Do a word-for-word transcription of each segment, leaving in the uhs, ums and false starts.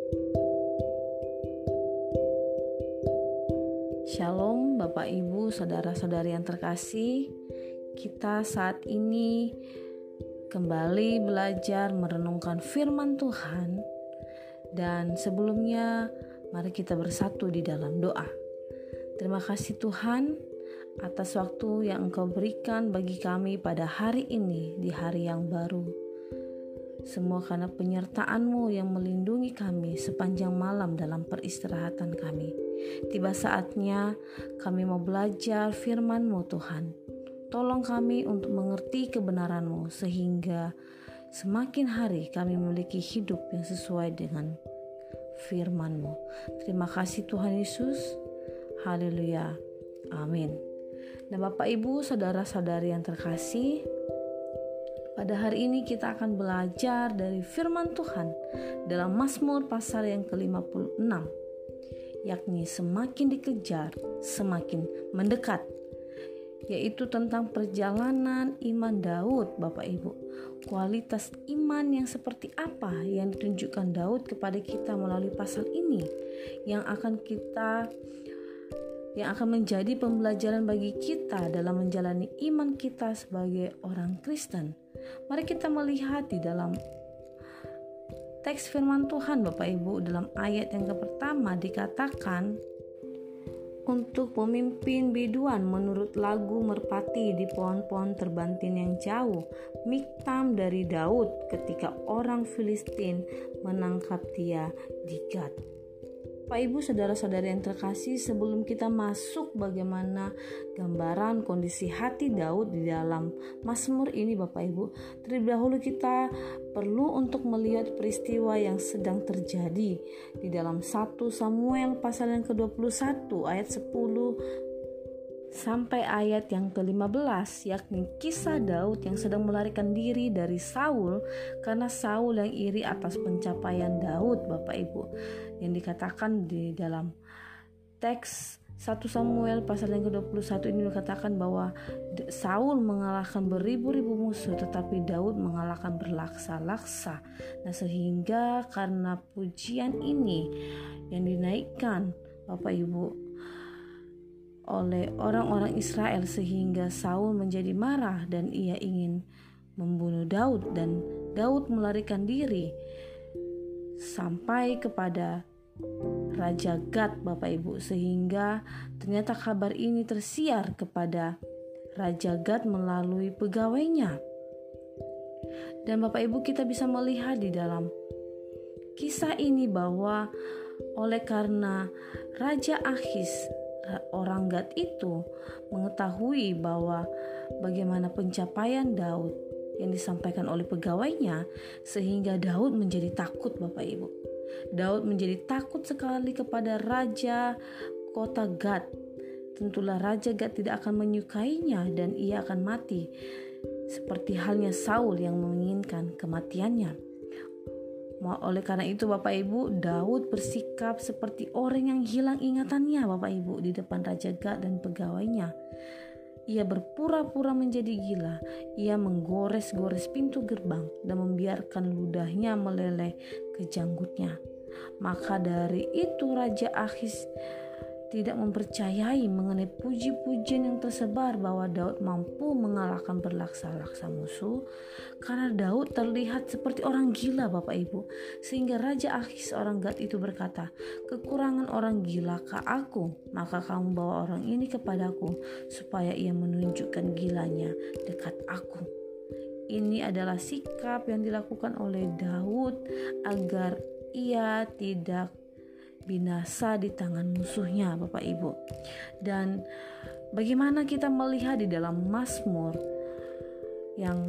Shalom Bapak Ibu, saudara-saudari yang terkasih. Kita saat ini kembali belajar merenungkan firman Tuhan. Dan sebelumnya mari kita bersatu di dalam doa. Terima kasih Tuhan atas waktu yang Engkau berikan bagi kami pada hari ini, di hari yang baru. Semua karena penyertaan-Mu yang melindungi kami sepanjang malam dalam peristirahatan kami. Tiba saatnya kami mau belajar firman-Mu Tuhan. Tolong kami untuk mengerti kebenaran-Mu sehingga semakin hari kami memiliki hidup yang sesuai dengan firman-Mu. Terima kasih Tuhan Yesus. Haleluya. Amin. Nah Bapak Ibu, saudara-saudari yang terkasih, pada hari ini kita akan belajar dari firman Tuhan dalam Mazmur pasal yang ke lima puluh enam, yakni semakin dikejar, semakin mendekat, yaitu tentang perjalanan iman Daud. Bapak Ibu, kualitas iman yang seperti apa yang ditunjukkan Daud kepada kita melalui pasal ini, yang akan kita yang akan menjadi pembelajaran bagi kita dalam menjalani iman kita sebagai orang Kristen. Mari kita melihat di dalam teks firman Tuhan Bapak Ibu. Dalam ayat yang pertama dikatakan, untuk memimpin biduan menurut lagu merpati di pohon-pohon terbantin yang jauh, miktam dari Daud ketika orang Filistin menangkap dia di Gat. Bapak Ibu, saudara-saudara yang terkasih, sebelum kita masuk bagaimana gambaran kondisi hati Daud di dalam Mazmur ini Bapak Ibu, terlebih dahulu kita perlu untuk melihat peristiwa yang sedang terjadi di dalam satu Samuel pasal yang ke dua puluh satu ayat sepuluh sampai ayat yang ke lima belas, yakni kisah Daud yang sedang melarikan diri dari Saul karena Saul yang iri atas pencapaian Daud Bapak Ibu. Yang dikatakan di dalam teks satu Samuel pasal yang ke dua puluh satu ini dikatakan bahwa Saul mengalahkan beribu-ribu musuh tetapi Daud mengalahkan berlaksa-laksa. Nah, sehingga karena pujian ini yang dinaikkan Bapak Ibu oleh orang-orang Israel, sehingga Saul menjadi marah dan ia ingin membunuh Daud, dan Daud melarikan diri sampai kepada Raja Gat Bapak Ibu, sehingga ternyata kabar ini tersiar kepada Raja Gat melalui pegawainya. Dan Bapak Ibu, kita bisa melihat di dalam kisah ini bahwa oleh karena Raja Akhis, orang Gat itu mengetahui bahwa bagaimana pencapaian Daud yang disampaikan oleh pegawainya, sehingga Daud menjadi takut Bapak Ibu. Daud menjadi takut sekali kepada raja kota Gat. Tentulah Raja Gat tidak akan menyukainya dan ia akan mati, seperti halnya Saul yang menginginkan kematiannya. Oleh karena itu Bapak Ibu, Daud bersikap seperti orang yang hilang ingatannya Bapak Ibu di depan Raja Gat dan pegawainya. Ia berpura-pura menjadi gila. Ia menggores-gores pintu gerbang dan membiarkan ludahnya meleleh ke janggutnya. Maka dari itu Raja Akhis tidak mempercayai mengenai puji-pujian yang tersebar bahwa Daud mampu mengalahkan berlaksa-laksa musuh, karena Daud terlihat seperti orang gila Bapak Ibu. Sehingga Raja Akhis orang Gat itu berkata, kekurangan orang gilakah aku? Maka kamu bawa orang ini kepadaku supaya ia menunjukkan gilanya dekat aku. Ini adalah sikap yang dilakukan oleh Daud agar ia tidak binasa di tangan musuhnya Bapak Ibu. Dan bagaimana kita melihat di dalam Mazmur yang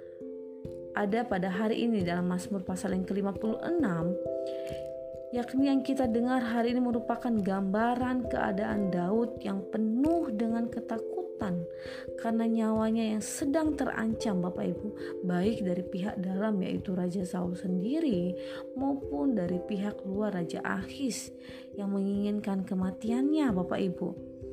ada pada hari ini, dalam Mazmur pasal yang ke lima puluh enam, yakni yang kita dengar hari ini merupakan gambaran keadaan Daud yang penuh dengan ketakutan karena nyawanya yang sedang terancam Bapak Ibu, baik dari pihak dalam yaitu Raja Saul sendiri maupun dari pihak luar Raja Akhis yang menginginkan kematiannya Bapak Ibu.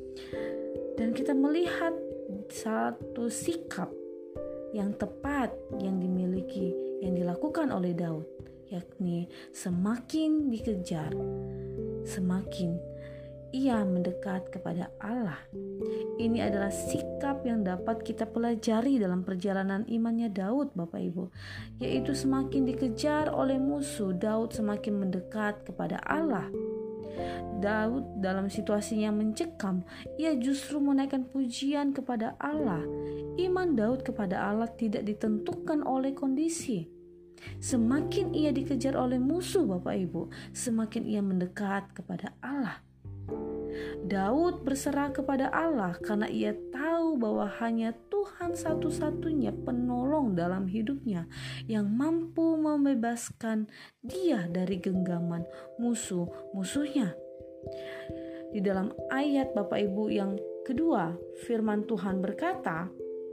Dan kita melihat satu sikap yang tepat yang dimiliki, yang dilakukan oleh Daud, yakni semakin dikejar, semakin ia mendekat kepada Allah. Ini adalah sikap yang dapat kita pelajari dalam perjalanan imannya Daud, Bapak Ibu, yaitu semakin dikejar oleh musuh, Daud semakin mendekat kepada Allah. Daud dalam situasi yang mencekam, ia justru menaikkan pujian kepada Allah. Iman Daud kepada Allah tidak ditentukan oleh kondisi. Semakin ia dikejar oleh musuh, Bapak Ibu, semakin ia mendekat kepada Allah. Daud berserah kepada Allah karena ia tahu bahwa hanya Tuhan satu-satunya penolong dalam hidupnya yang mampu membebaskan dia dari genggaman musuh-musuhnya. Di dalam ayat Bapak Ibu yang kedua, firman Tuhan berkata,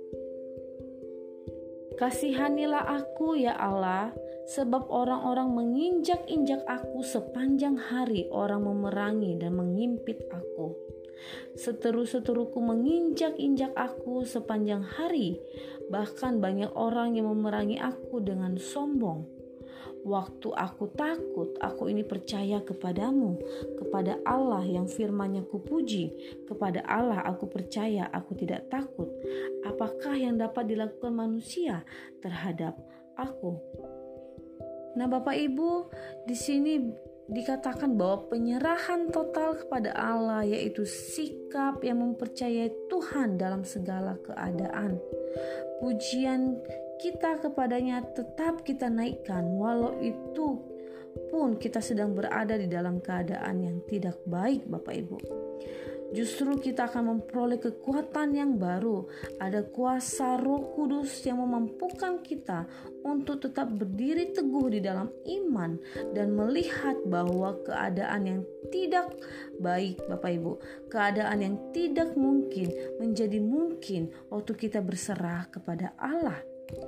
"Kasihanilah aku ya Allah, sebab orang-orang menginjak-injak aku sepanjang hari, orang memerangi dan mengimpit aku. Seteru-seteruku menginjak-injak aku sepanjang hari, bahkan banyak orang yang memerangi aku dengan sombong. Waktu aku takut, aku ini percaya kepadamu, kepada Allah yang firman-Nya kupuji, kepada Allah aku percaya, aku tidak takut. Apakah yang dapat dilakukan manusia terhadap aku?" Nah, Bapak Ibu, di sini dikatakan bahwa penyerahan total kepada Allah yaitu sikap yang mempercayai Tuhan dalam segala keadaan. Pujian kita kepadanya tetap kita naikkan walau itu pun kita sedang berada di dalam keadaan yang tidak baik, Bapak Ibu. Justru kita akan memperoleh kekuatan yang baru. Ada kuasa Roh Kudus yang memampukan kita untuk tetap berdiri teguh di dalam iman dan melihat bahwa keadaan yang tidak baik, Bapak Ibu, keadaan yang tidak mungkin menjadi mungkin waktu kita berserah kepada Allah.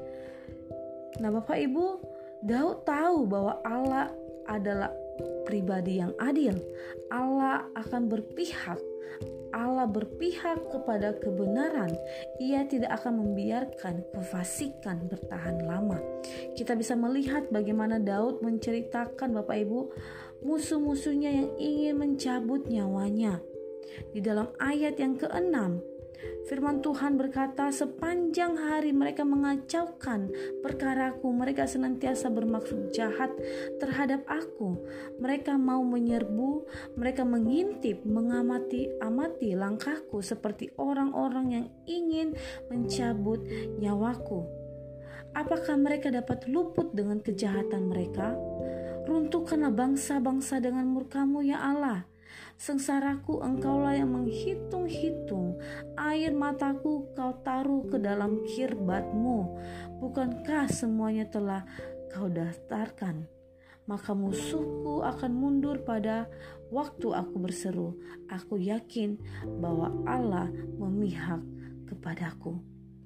Nah, Bapak Ibu, Daud tahu bahwa Allah adalah pribadi yang adil. Allah akan berpihak. Allah berpihak kepada kebenaran. Ia tidak akan membiarkan kefasikan bertahan lama. Kita bisa melihat bagaimana Daud menceritakan, Bapak Ibu, musuh-musuhnya yang ingin mencabut nyawanya. Di dalam ayat yang keenam, firman Tuhan berkata, "Sepanjang hari mereka mengacaukan perkaraku, mereka senantiasa bermaksud jahat terhadap aku. Mereka mau menyerbu, mereka mengintip, mengamati amati langkahku seperti orang-orang yang ingin mencabut nyawaku. Apakah mereka dapat luput dengan kejahatan mereka? Runtuhkanlah bangsa-bangsa dengan murka-Mu ya Allah. Sengsaraku engkaulah yang menghitung-hitung, air mataku kau taruh ke dalam kirbat-Mu. Bukankah semuanya telah kau daftarkan? Maka musuhku akan mundur pada waktu aku berseru. Aku yakin bahwa Allah memihak kepadaku."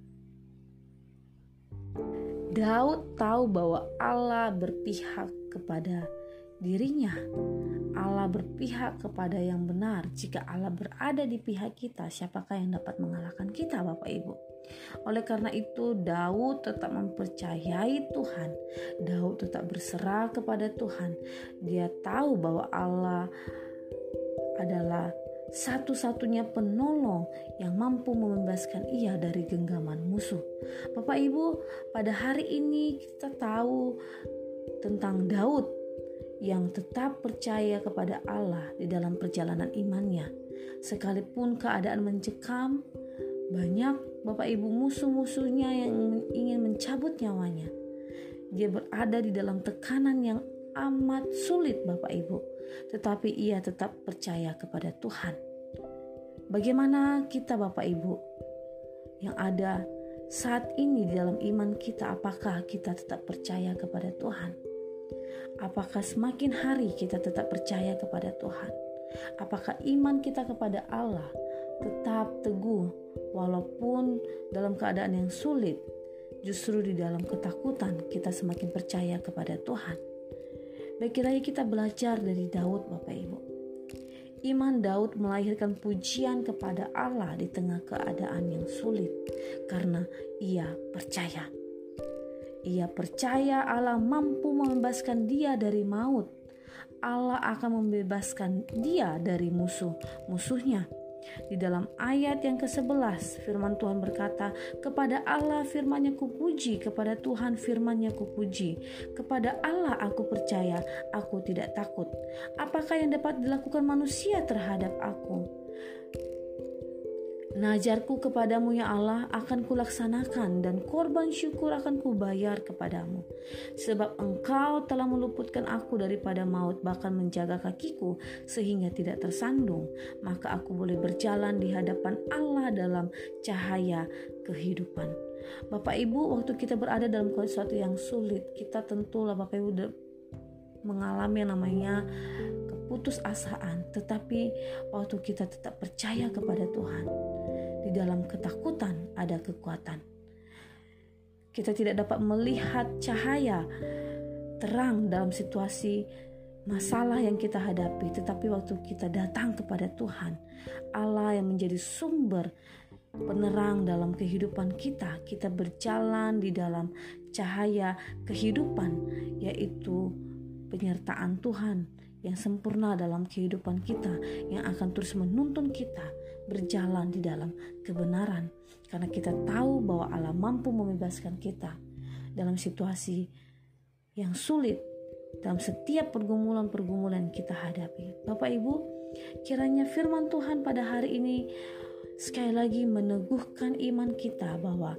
Daud tahu bahwa Allah berpihak kepada dirinya. Allah berpihak kepada yang benar. Jika Allah berada di pihak kita, siapakah yang dapat mengalahkan kita, Bapak Ibu? Oleh karena itu, Daud tetap mempercayai Tuhan. Daud tetap berserah kepada Tuhan. Dia tahu bahwa Allah adalah satu-satunya penolong yang mampu membebaskan ia dari genggaman musuh. Bapak Ibu, pada hari ini kita tahu tentang Daud yang tetap percaya kepada Allah di dalam perjalanan imannya. Sekalipun keadaan mencekam, banyak Bapak Ibu musuh-musuhnya yang ingin mencabut nyawanya. Dia berada di dalam tekanan yang amat sulit, Bapak Ibu, tetapi ia tetap percaya kepada Tuhan. Bagaimana kita, Bapak Ibu, yang ada saat ini di dalam iman kita? Apakah kita tetap percaya kepada Tuhan? Apakah semakin hari kita tetap percaya kepada Tuhan? Apakah iman kita kepada Allah tetap teguh walaupun dalam keadaan yang sulit? Justru di dalam ketakutan kita semakin percaya kepada Tuhan. Baik, kiranya kita belajar dari Daud, Bapak Ibu. Iman Daud melahirkan pujian kepada Allah di tengah keadaan yang sulit karena ia percaya. Ia percaya Allah mampu membebaskan dia dari maut. Allah akan membebaskan dia dari musuh-musuhnya. Di dalam ayat yang kesebelas, firman Tuhan berkata, kepada Allah firman-Nya kupuji, kepada Tuhan firman-Nya kupuji. Kepada Allah aku percaya, aku tidak takut. Apakah yang dapat dilakukan manusia terhadap aku? Najarku kepadamu ya Allah akan kulaksanakan, dan korban syukur akan kubayar kepadamu. Sebab engkau telah meluputkan aku daripada maut, bahkan menjaga kakiku sehingga tidak tersandung. Maka aku boleh berjalan di hadapan Allah dalam cahaya kehidupan. Bapak Ibu, waktu kita berada dalam sesuatu yang sulit, kita tentulah Bapak Ibu mengalami yang namanya keputusasaan. Tetapi waktu kita tetap percaya kepada Tuhan, di dalam ketakutan ada kekuatan. Kita tidak dapat melihat cahaya terang dalam situasi masalah yang kita hadapi, tetapi waktu kita datang kepada Tuhan, Allah yang menjadi sumber penerang dalam kehidupan kita, kita berjalan di dalam cahaya kehidupan, yaitu penyertaan Tuhan yang sempurna dalam kehidupan kita, yang akan terus menuntun kita berjalan di dalam kebenaran, karena kita tahu bahwa Allah mampu membebaskan kita dalam situasi yang sulit, dalam setiap pergumulan-pergumulan yang kita hadapi. Bapak Ibu, kiranya firman Tuhan pada hari ini sekali lagi meneguhkan iman kita bahwa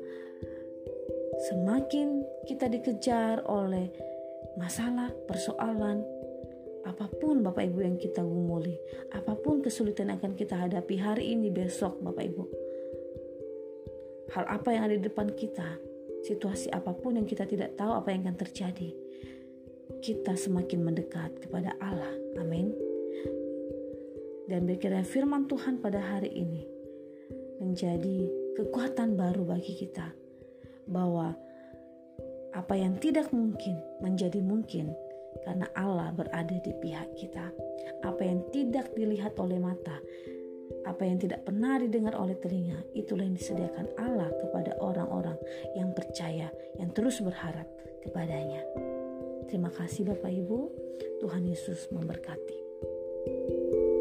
semakin kita dikejar oleh masalah, persoalan, apapun Bapak Ibu yang kita gumuli, apapun kesulitan yang akan kita hadapi hari ini, besok Bapak Ibu, hal apa yang ada di depan kita, situasi apapun yang kita tidak tahu apa yang akan terjadi, kita semakin mendekat kepada Allah. Amin. Dan berkiranya firman Tuhan pada hari ini menjadi kekuatan baru bagi kita, bahwa apa yang tidak mungkin menjadi mungkin karena Allah berada di pihak kita. Apa yang tidak dilihat oleh mata, apa yang tidak pernah didengar oleh telinga, itulah yang disediakan Allah kepada orang-orang yang percaya, yang terus berharap kepadanya. Terima kasih Bapak Ibu, Tuhan Yesus memberkati.